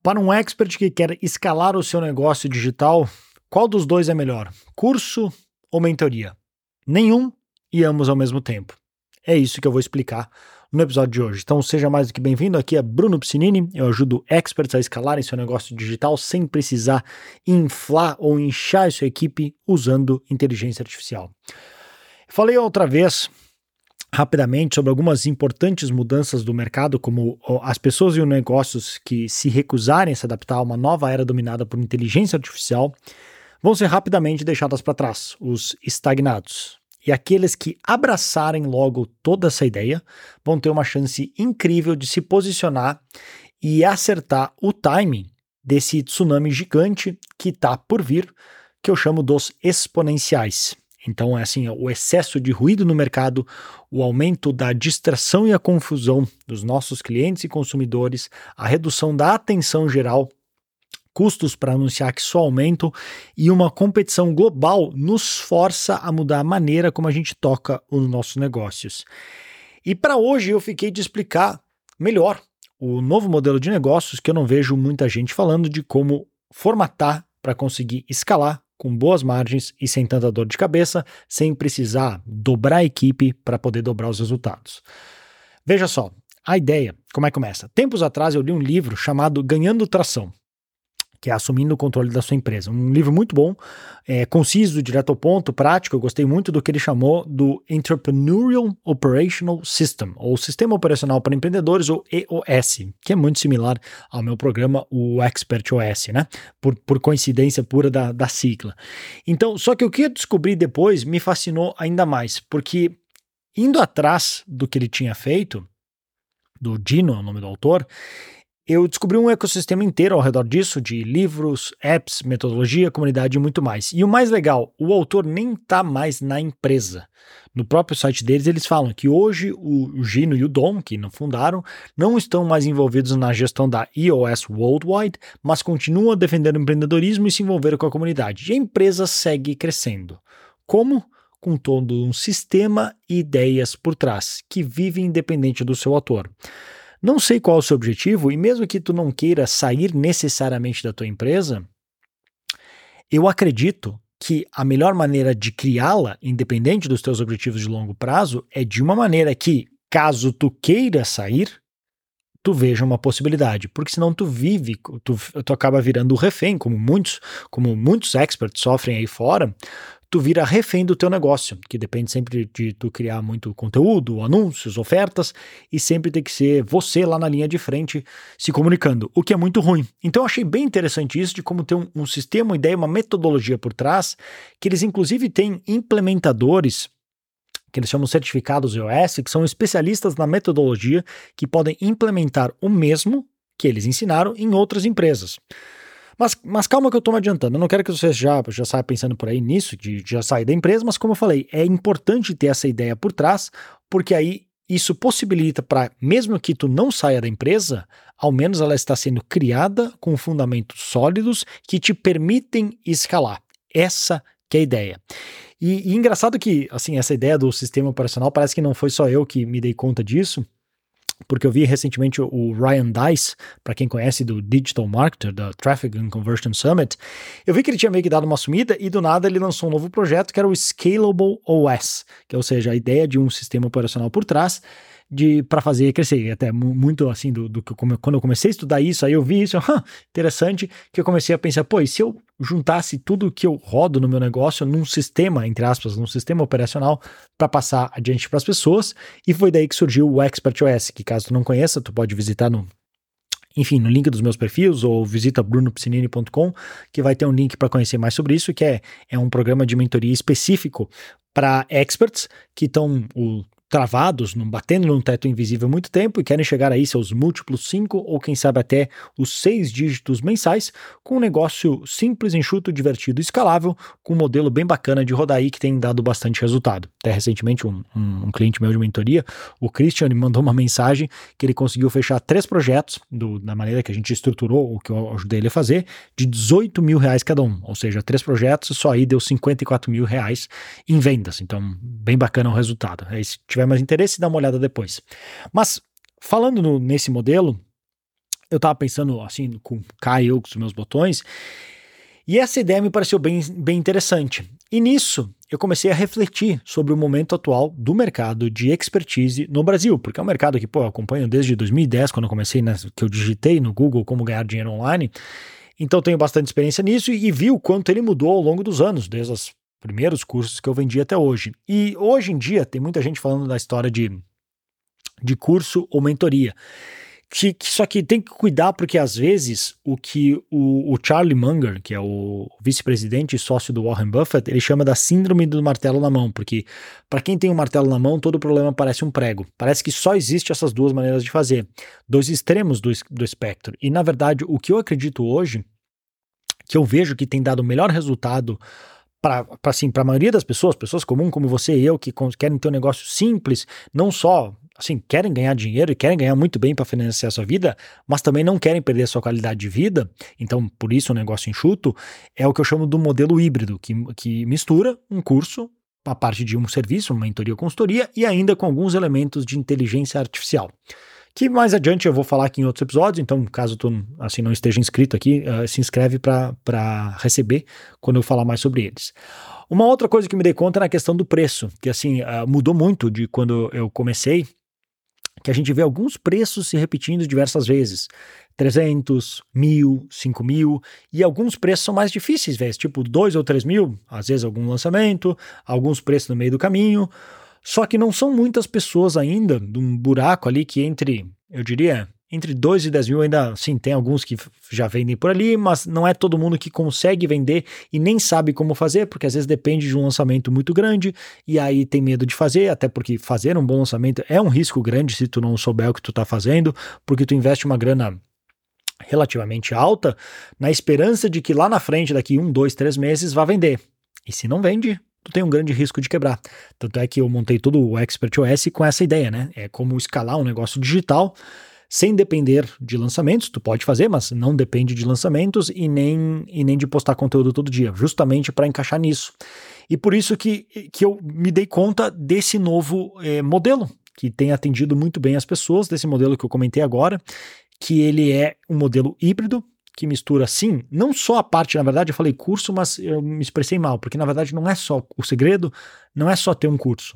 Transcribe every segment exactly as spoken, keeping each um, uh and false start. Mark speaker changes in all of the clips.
Speaker 1: Para um expert que quer escalar o seu negócio digital, qual dos dois é melhor? Curso ou mentoria? Nenhum e ambos ao mesmo tempo. É isso que eu vou explicar no episódio de hoje. Então seja mais do que bem-vindo, aqui é Bruno Piscinini, eu ajudo experts a escalarem seu negócio digital sem precisar inflar ou inchar a sua equipe usando inteligência artificial. Falei outra vez rapidamente sobre algumas importantes mudanças do mercado, como as pessoas e os negócios que se recusarem a se adaptar a uma nova era dominada por inteligência artificial vão ser rapidamente deixadas para trás, os estagnados. E aqueles que abraçarem logo toda essa ideia vão ter uma chance incrível de se posicionar e acertar o timing desse tsunami gigante que está por vir, que eu chamo dos exponenciais. Então, é assim, o excesso de ruído no mercado, o aumento da distração e a confusão dos nossos clientes e consumidores, a redução da atenção geral, custos para anunciar que só aumentam e uma competição global nos força a mudar a maneira como a gente toca os nossos negócios. E para hoje eu fiquei de explicar melhor o novo modelo de negócios que eu não vejo muita gente falando de como formatar para conseguir escalar com boas margens e sem tanta dor de cabeça, sem precisar dobrar a equipe para poder dobrar os resultados. Veja só, a ideia, como é que começa? Tempos atrás eu li um livro chamado Ganhando Tração, que é Assumindo o Controle da Sua Empresa. Um livro muito bom, é, conciso, direto ao ponto, prático. Eu gostei muito do que ele chamou do Entrepreneurial Operational System, ou Sistema Operacional para Empreendedores, ou E O S, que é muito similar ao meu programa, o Expert O S, né? Por, por coincidência pura da, da sigla. Então, só que o que eu descobri depois me fascinou ainda mais, porque indo atrás do que ele tinha feito, do Dino, é o nome do autor, eu descobri um ecossistema inteiro ao redor disso, de livros, apps, metodologia, comunidade e muito mais. E o mais legal, o autor nem está mais na empresa. No próprio site deles, eles falam que hoje o Gino e o Dom, que não fundaram, não estão mais envolvidos na gestão da E O S Worldwide, mas continuam a defender o empreendedorismo e se envolver com a comunidade. E a empresa segue crescendo. Como? Com todo um sistema e ideias por trás, que vive independente do seu autor. Não sei qual é o seu objetivo, e mesmo que tu não queira sair necessariamente da tua empresa, eu acredito que a melhor maneira de criá-la, independente dos teus objetivos de longo prazo, é de uma maneira que, caso tu queira sair, tu veja uma possibilidade, porque senão tu vive, tu, tu acaba virando refém, como muitos, como muitos experts sofrem aí fora, tu vira refém do teu negócio, que depende sempre de, de tu criar muito conteúdo, anúncios, ofertas, e sempre tem que ser você lá na linha de frente se comunicando, o que é muito ruim. Então eu achei bem interessante isso, de como ter um, um sistema, uma ideia, uma metodologia por trás, que eles inclusive têm implementadores, que eles chamam certificados E O S, que são especialistas na metodologia, que podem implementar o mesmo que eles ensinaram em outras empresas. Mas, mas calma que eu estou me adiantando, eu não quero que você já, já saia pensando por aí nisso, de, de já sair da empresa, mas como eu falei, é importante ter essa ideia por trás, porque aí isso possibilita para, mesmo que tu não saia da empresa, ao menos ela está sendo criada com fundamentos sólidos que te permitem escalar. Essa que é a ideia. E, e engraçado que, assim, essa ideia do sistema operacional, parece que não foi só eu que me dei conta disso, porque eu vi recentemente o Ryan Deiss, para quem conhece do Digital Marketer, da Traffic and Conversion Summit, eu vi que ele tinha meio que dado uma sumida e do nada ele lançou um novo projeto que era o Scalable O S, que ou seja, a ideia de um sistema operacional por trás de para fazer crescer. E até muito assim, do, do que eu come, quando eu comecei a estudar isso, aí eu vi isso, huh, interessante, que eu comecei a pensar, pô, e se eu juntasse tudo que eu rodo no meu negócio num sistema, entre aspas, num sistema operacional para passar adiante para as pessoas, e foi daí que surgiu o Expert O S, que caso tu não conheça, tu pode visitar no enfim, no link dos meus perfis, ou visita bruno piscinini ponto com, que vai ter um link para conhecer mais sobre isso, que é, é um programa de mentoria específico para experts que estão travados, num, batendo num teto invisível há muito tempo e querem chegar aí seus múltiplos cinco ou quem sabe até os seis dígitos mensais com um negócio simples, enxuto, divertido e escalável, com um modelo bem bacana de rodar aí que tem dado bastante resultado. Até recentemente um, um, um cliente meu de mentoria, o Christian, me mandou uma mensagem que ele conseguiu fechar três projetos do, da maneira que a gente estruturou, o que eu ajudei ele a fazer, de dezoito mil reais cada um, ou seja, três projetos, só aí deu cinquenta e quatro mil reais em vendas, então bem bacana o resultado. Aí, se tiver mais interesse, dá uma olhada depois. Mas falando no, nesse modelo, eu estava pensando assim, com cá e eu, com os meus botões, e essa ideia me pareceu bem, bem interessante. E nisso, eu comecei a refletir sobre o momento atual do mercado de expertise no Brasil, porque é um mercado que, pô, eu acompanho desde dois mil e dez, quando eu comecei, né, que eu digitei no Google como ganhar dinheiro online. Então tenho bastante experiência nisso e, e vi o quanto ele mudou ao longo dos anos, desde os primeiros cursos que eu vendi até hoje. E hoje em dia tem muita gente falando da história de, de curso ou mentoria. Que, que, só que tem que cuidar porque às vezes o que o, o Charlie Munger, que é o vice-presidente e sócio do Warren Buffett, ele chama da síndrome do martelo na mão, porque para quem tem um martelo na mão, todo problema parece um prego. Parece que só existe essas duas maneiras de fazer, dois extremos do, do espectro. E na verdade, o que eu acredito hoje, que eu vejo que tem dado o melhor resultado para assim, a maioria das pessoas, pessoas comuns como você e eu, que querem ter um negócio simples, não só assim, querem ganhar dinheiro e querem ganhar muito bem para financiar a sua vida, mas também não querem perder a sua qualidade de vida, então por isso o negócio enxuto, é o que eu chamo do modelo híbrido, que, que mistura um curso, a parte de um serviço, uma mentoria ou consultoria, e ainda com alguns elementos de inteligência artificial. Que mais adiante eu vou falar aqui em outros episódios, então caso tu assim, não esteja inscrito aqui, uh, se inscreve para receber quando eu falar mais sobre eles. Uma outra coisa que me dei conta é na questão do preço, que assim, uh, mudou muito de quando eu comecei, que a gente vê alguns preços se repetindo diversas vezes. trezentos, mil, cinco mil, e alguns preços são mais difíceis, velho, tipo dois ou três mil, às vezes algum lançamento, alguns preços no meio do caminho. Só que não são muitas pessoas ainda, de um buraco ali que entre, eu diria, entre dois e dez mil ainda, sim, tem alguns que já vendem por ali, mas não é todo mundo que consegue vender e nem sabe como fazer, porque às vezes depende de um lançamento muito grande e aí tem medo de fazer, até porque fazer um bom lançamento é um risco grande se tu não souber o que tu tá fazendo, porque tu investe uma grana relativamente alta na esperança de que lá na frente, daqui um, dois, três meses, vá vender. E se não vende, tu tem um grande risco de quebrar. Tanto é que eu montei todo o ExpertOS com essa ideia, né? É como escalar um negócio digital sem depender de lançamentos. Tu pode fazer, mas não depende de lançamentos e nem, e nem de postar conteúdo todo dia, justamente para encaixar nisso. E por isso que, que eu me dei conta desse novo eh, modelo, que tem atendido muito bem as pessoas, desse modelo que eu comentei agora, que ele é um modelo híbrido, que mistura, sim, não só a parte, na verdade eu falei curso, mas eu me expressei mal, porque na verdade não é só, o segredo não é só ter um curso,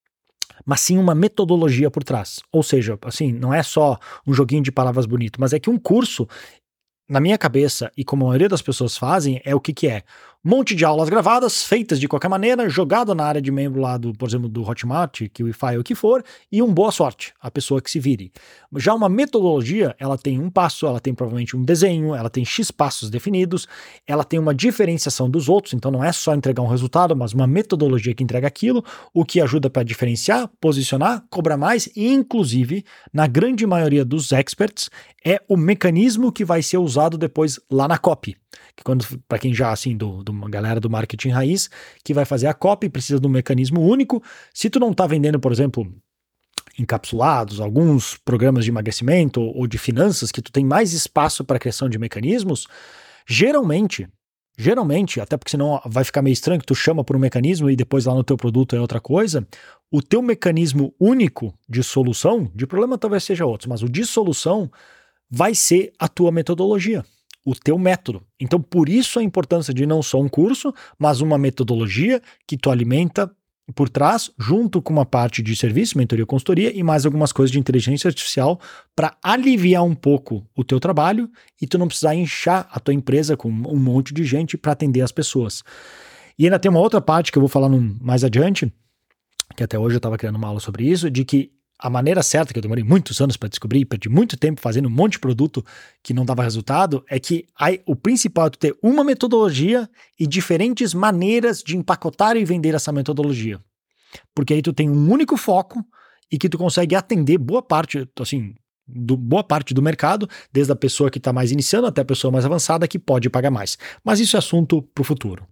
Speaker 1: mas sim uma metodologia por trás. Ou seja, assim, não é só um joguinho de palavras bonito, mas é que um curso, na minha cabeça, e como a maioria das pessoas fazem, é o que que é? Um monte de aulas gravadas, feitas de qualquer maneira, jogado na área de membro lá do, por exemplo, do Hotmart, que o Wi-Fi ou o que for, e um boa sorte, a pessoa que se vire. Já uma metodologia, ela tem um passo, ela tem provavelmente um desenho, ela tem X passos definidos, ela tem uma diferenciação dos outros, então não é só entregar um resultado, mas uma metodologia que entrega aquilo, o que ajuda para diferenciar, posicionar, cobrar mais e, inclusive, na grande maioria dos experts, é o mecanismo que vai ser usado depois lá na copy. Que quando, para quem já, assim, do, do uma galera do marketing raiz, que vai fazer a copy, precisa de um mecanismo único. Se tu não tá vendendo, por exemplo, encapsulados, alguns programas de emagrecimento ou, ou de finanças, que tu tem mais espaço para criação de mecanismos, geralmente, geralmente, até porque senão vai ficar meio estranho que tu chama por um mecanismo e depois lá no teu produto é outra coisa, o teu mecanismo único de solução, de problema talvez seja outro, mas o de solução vai ser a tua metodologia, o teu método. Então, por isso a importância de não só um curso, mas uma metodologia que tu alimenta por trás, junto com uma parte de serviço, mentoria, consultoria e mais algumas coisas de inteligência artificial para aliviar um pouco o teu trabalho e tu não precisar inchar a tua empresa com um monte de gente para atender as pessoas. E ainda tem uma outra parte que eu vou falar num, mais adiante, que até hoje eu estava criando uma aula sobre isso, de que a maneira certa, que eu demorei muitos anos para descobrir, perdi muito tempo fazendo um monte de produto que não dava resultado, é que aí, o principal é tu ter uma metodologia e diferentes maneiras de empacotar e vender essa metodologia. Porque aí tu tem um único foco e que tu consegue atender boa parte, assim, do, boa parte do mercado, desde a pessoa que está mais iniciando até a pessoa mais avançada que pode pagar mais. Mas isso é assunto para o futuro.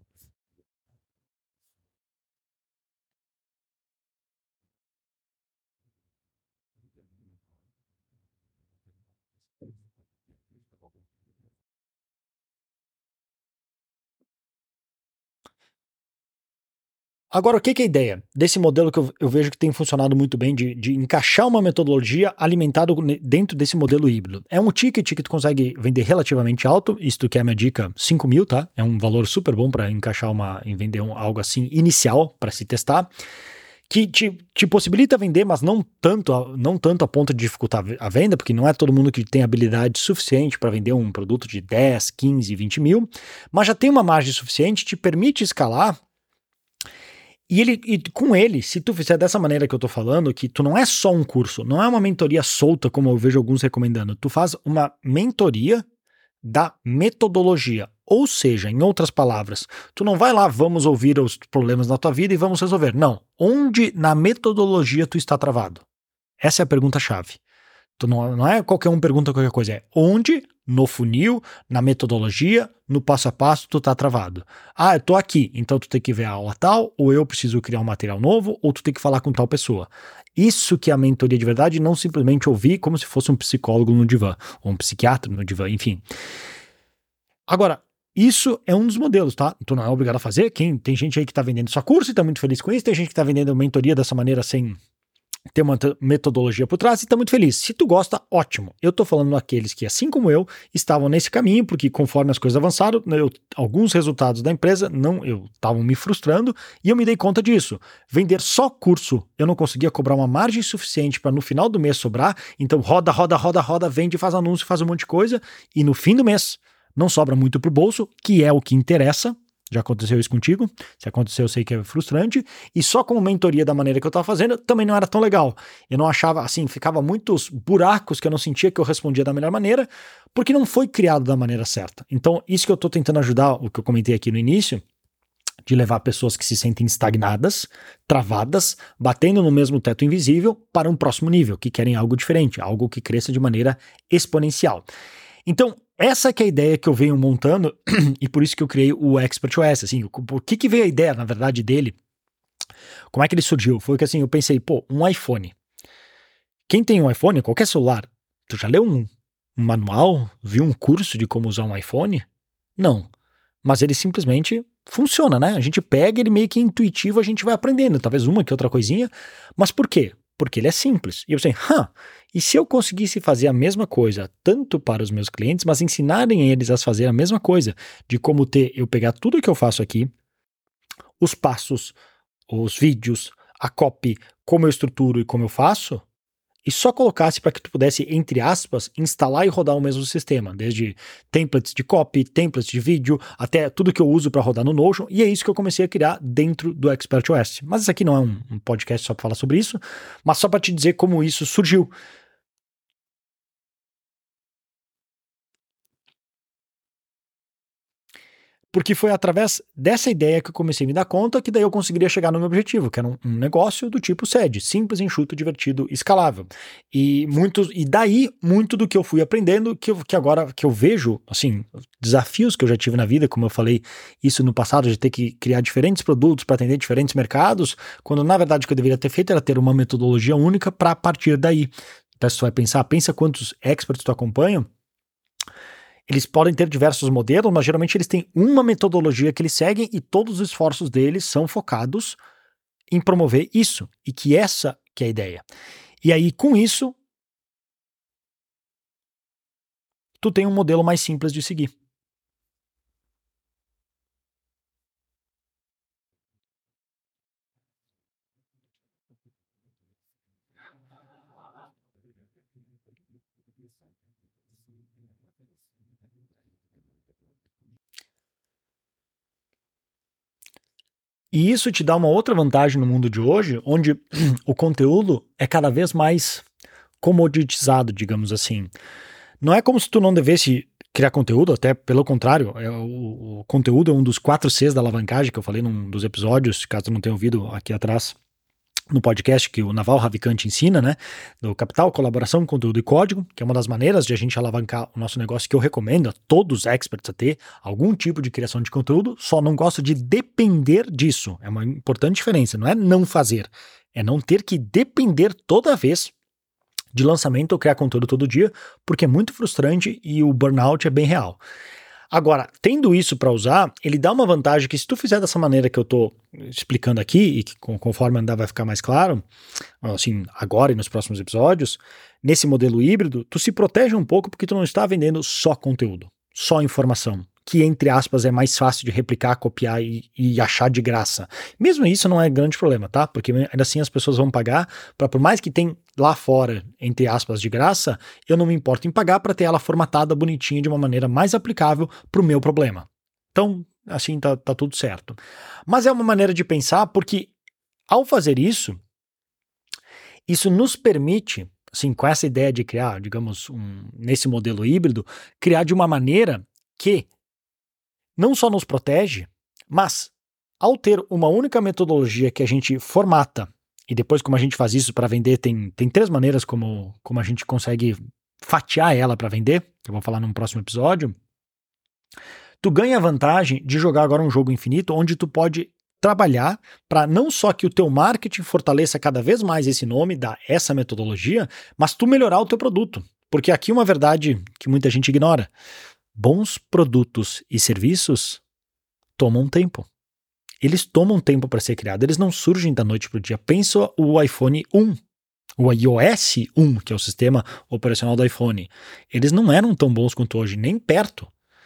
Speaker 1: Agora, o que, que é a ideia desse modelo que eu, eu vejo que tem funcionado muito bem de, de encaixar uma metodologia alimentada dentro desse modelo híbrido? É um ticket que tu consegue vender relativamente alto, isto que é a minha dica, cinco mil, tá? É um valor super bom para encaixar uma, em vender um, algo assim inicial para se testar, que te, te possibilita vender, mas não tanto, a, não tanto a ponto de dificultar a venda, porque não é todo mundo que tem habilidade suficiente para vender um produto de dez, quinze, vinte mil, mas já tem uma margem suficiente, te permite escalar. E, ele, e com ele, se tu fizer dessa maneira que eu tô falando, que tu não é só um curso, não é uma mentoria solta, como eu vejo alguns recomendando, tu faz uma mentoria da metodologia. Ou seja, em outras palavras, tu não vai lá, vamos ouvir os problemas da tua vida e vamos resolver. Não. Onde na metodologia tu está travado? Essa é a pergunta-chave. Tu não, não é qualquer um pergunta qualquer coisa, é onde no funil, na metodologia, no passo a passo tu tá travado. Ah, eu tô aqui, então tu tem que ver a aula tal, ou eu preciso criar um material novo, ou tu tem que falar com tal pessoa. Isso que é a mentoria de verdade, não simplesmente ouvir como se fosse um psicólogo no divã, ou um psiquiatra no divã, enfim. Agora, isso é um dos modelos, tá? Tu não é obrigado a fazer. Quem, tem gente aí que tá vendendo só curso e tá muito feliz com isso, tem gente que tá vendendo mentoria dessa maneira sem ter uma metodologia por trás e tá muito feliz. Se tu gosta, ótimo. Eu tô falando daqueles que, assim como eu, estavam nesse caminho, porque conforme as coisas avançaram, eu, alguns resultados da empresa não, eu estavam me frustrando e eu me dei conta disso. Vender só curso, eu não conseguia cobrar uma margem suficiente para no final do mês sobrar, então roda, roda, roda, roda, vende, faz anúncio, faz um monte de coisa e no fim do mês não sobra muito pro bolso, que é o que interessa. Já aconteceu isso contigo? Se aconteceu, eu sei que é frustrante. E só como mentoria da maneira que eu estava fazendo, também não era tão legal. Eu não achava, assim, ficava muitos buracos que eu não sentia que eu respondia da melhor maneira, porque não foi criado da maneira certa. Então, isso que eu estou tentando ajudar, o que eu comentei aqui no início, de levar pessoas que se sentem estagnadas, travadas, batendo no mesmo teto invisível, para um próximo nível, que querem algo diferente, algo que cresça de maneira exponencial. Então, essa que é a ideia que eu venho montando e por isso que eu criei o ExpertOS. Assim, por que que veio a ideia, na verdade, dele? Como é que ele surgiu? Foi que assim, eu pensei, pô, um iPhone. Quem tem um iPhone, qualquer celular, tu já leu um, um manual? Viu um curso de como usar um iPhone? Não. Mas ele simplesmente funciona, né? A gente pega ele meio que intuitivo, a gente vai aprendendo. Talvez uma que outra coisinha. Mas por quê? Porque ele é simples. E eu pensei, hã, e se eu conseguisse fazer a mesma coisa, tanto para os meus clientes, mas ensinarem eles a fazer a mesma coisa, de como ter, eu pegar tudo que eu faço aqui, os passos, os vídeos, a copy, como eu estruturo e como eu faço, e só colocasse para que tu pudesse, entre aspas, instalar e rodar o mesmo sistema, desde templates de copy, templates de vídeo, até tudo que eu uso para rodar no Notion, e é isso que eu comecei a criar dentro do ExpertOS. Mas esse aqui não é um, um podcast só para falar sobre isso, mas só para te dizer como isso surgiu. Porque foi através dessa ideia que eu comecei a me dar conta que daí eu conseguiria chegar no meu objetivo, que era um, um negócio do tipo S E D, simples, enxuto, divertido, escalável. E muitos, e daí muito do que eu fui aprendendo, que, eu, que agora que eu vejo, assim, desafios que eu já tive na vida, como eu falei isso no passado, de ter que criar diferentes produtos para atender diferentes mercados, quando na verdade o que eu deveria ter feito era ter uma metodologia única para partir daí. Então se tu vai pensar, pensa quantos experts tu acompanha. Eles podem ter diversos modelos, mas geralmente eles têm uma metodologia que eles seguem e todos os esforços deles são focados em promover isso. E que essa que é a ideia. E aí, com isso, tu tem um modelo mais simples de seguir. E isso te dá uma outra vantagem no mundo de hoje, onde o conteúdo é cada vez mais comoditizado, digamos assim. Não é como se tu não devesse criar conteúdo, até pelo contrário, é o, o conteúdo é um dos quatro Cs da alavancagem que eu falei num dos episódios, caso tu não tenha ouvido aqui atrás, no podcast que o Naval Ravikant ensina, né, do capital, colaboração, conteúdo e código, que é uma das maneiras de a gente alavancar o nosso negócio, que eu recomendo a todos os experts a ter algum tipo de criação de conteúdo, só não gosto de depender disso, é uma importante diferença, não é não fazer, é não ter que depender toda vez de lançamento ou criar conteúdo todo dia, porque é muito frustrante e o burnout é bem real. Agora, tendo isso para usar, ele dá uma vantagem que se tu fizer dessa maneira que eu tô explicando aqui, e que conforme andar vai ficar mais claro, assim, agora e nos próximos episódios, nesse modelo híbrido, tu se protege um pouco porque tu não está vendendo só conteúdo, só informação, que entre aspas é mais fácil de replicar, copiar e, e achar de graça. Mesmo isso não é grande problema, tá? Porque ainda assim as pessoas vão pagar para, por mais que tem lá fora, entre aspas, de graça, eu não me importo em pagar para ter ela formatada bonitinha de uma maneira mais aplicável para o meu problema. Então, assim, tá, tá tudo certo. Mas é uma maneira de pensar porque ao fazer isso, isso nos permite, assim, com essa ideia de criar, digamos, um, nesse modelo híbrido, criar de uma maneira que não só nos protege, mas ao ter uma única metodologia que a gente formata, e depois como a gente faz isso para vender, tem, tem três maneiras como, como a gente consegue fatiar ela para vender, que eu vou falar num próximo episódio, tu ganha a vantagem de jogar agora um jogo infinito, onde tu pode trabalhar para não só que o teu marketing fortaleça cada vez mais esse nome, da essa metodologia, mas tu melhorar o teu produto. Porque aqui uma verdade que muita gente ignora. Bons produtos e serviços tomam tempo. Eles tomam tempo para ser criados, eles não surgem da noite para o dia. Pensa o iPhone um, o iOS um, que é o sistema operacional do iPhone. Eles não eram tão bons quanto hoje, nem perto.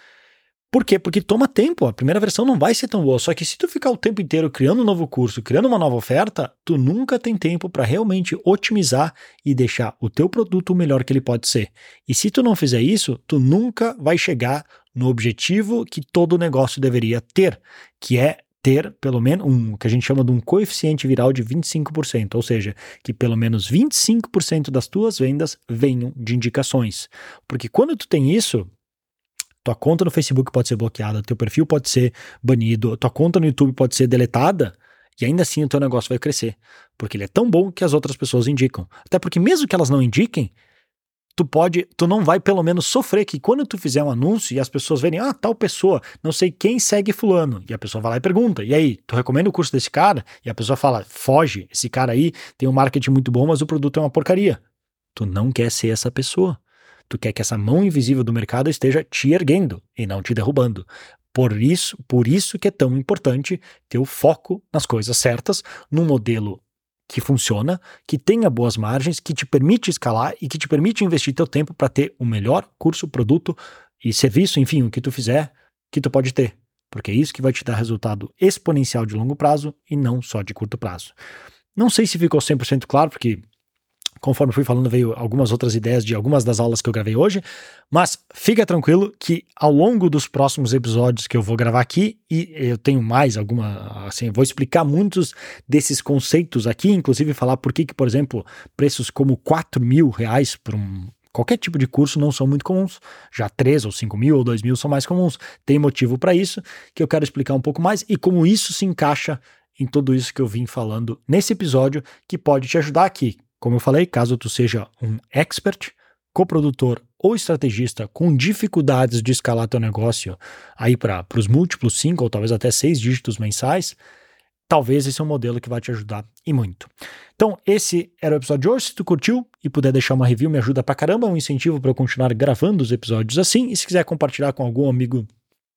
Speaker 1: Por quê? Porque toma tempo, a primeira versão não vai ser tão boa, só que se tu ficar o tempo inteiro criando um novo curso, criando uma nova oferta, tu nunca tem tempo para realmente otimizar e deixar o teu produto o melhor que ele pode ser. E se tu não fizer isso, tu nunca vai chegar no objetivo que todo negócio deveria ter, que é ter pelo menos um, que a gente chama de um coeficiente viral de vinte e cinco por cento, ou seja, que pelo menos vinte e cinco por cento das tuas vendas venham de indicações. Porque quando tu tem isso, tua conta no Facebook pode ser bloqueada, teu perfil pode ser banido, tua conta no YouTube pode ser deletada e ainda assim o teu negócio vai crescer, porque ele é tão bom que as outras pessoas indicam. Até porque mesmo que elas não indiquem, tu pode, tu não vai pelo menos sofrer que quando tu fizer um anúncio e as pessoas verem, ah, tal pessoa, não sei quem segue fulano, e a pessoa vai lá e pergunta, e aí, tu recomenda o curso desse cara? E a pessoa fala, foge, esse cara aí tem um marketing muito bom, mas o produto é uma porcaria. Tu não quer ser essa pessoa. Tu quer que essa mão invisível do mercado esteja te erguendo e não te derrubando. Por isso, por isso que é tão importante ter o foco nas coisas certas, num modelo que funciona, que tenha boas margens, que te permite escalar e que te permite investir teu tempo para ter o melhor curso, produto e serviço, enfim, o que tu fizer, que tu pode ter. Porque é isso que vai te dar resultado exponencial de longo prazo e não só de curto prazo. Não sei se ficou cem por cento claro, porque conforme fui falando, veio algumas outras ideias de algumas das aulas que eu gravei hoje, mas fica tranquilo que ao longo dos próximos episódios que eu vou gravar aqui, e eu tenho mais alguma, assim, eu vou explicar muitos desses conceitos aqui, inclusive falar por que, por exemplo, preços como quatro mil reais por um qualquer tipo de curso não são muito comuns, já três ou cinco mil ou dois mil são mais comuns. Tem motivo para isso, que eu quero explicar um pouco mais, e como isso se encaixa em tudo isso que eu vim falando nesse episódio, que pode te ajudar aqui. Como eu falei, caso tu seja um expert, coprodutor ou estrategista com dificuldades de escalar teu negócio aí para os múltiplos cinco ou talvez até seis dígitos mensais, talvez esse é um modelo que vai te ajudar e muito. Então, esse era o episódio de hoje. Se tu curtiu e puder deixar uma review, me ajuda pra caramba, é um incentivo para eu continuar gravando os episódios assim. E se quiser compartilhar com algum amigo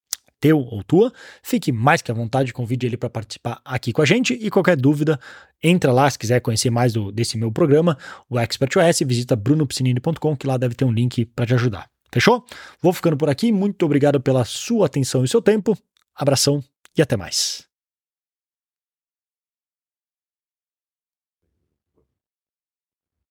Speaker 1: teu ou tua, fique mais que à vontade, convide ele para participar aqui com a gente, e qualquer dúvida, entra lá se quiser conhecer mais do, desse meu programa, o ExpertOS, visita bruno piscinini ponto com, que lá deve ter um link para te ajudar. Fechou? Vou ficando por aqui, muito obrigado pela sua atenção e seu tempo, abração e até mais.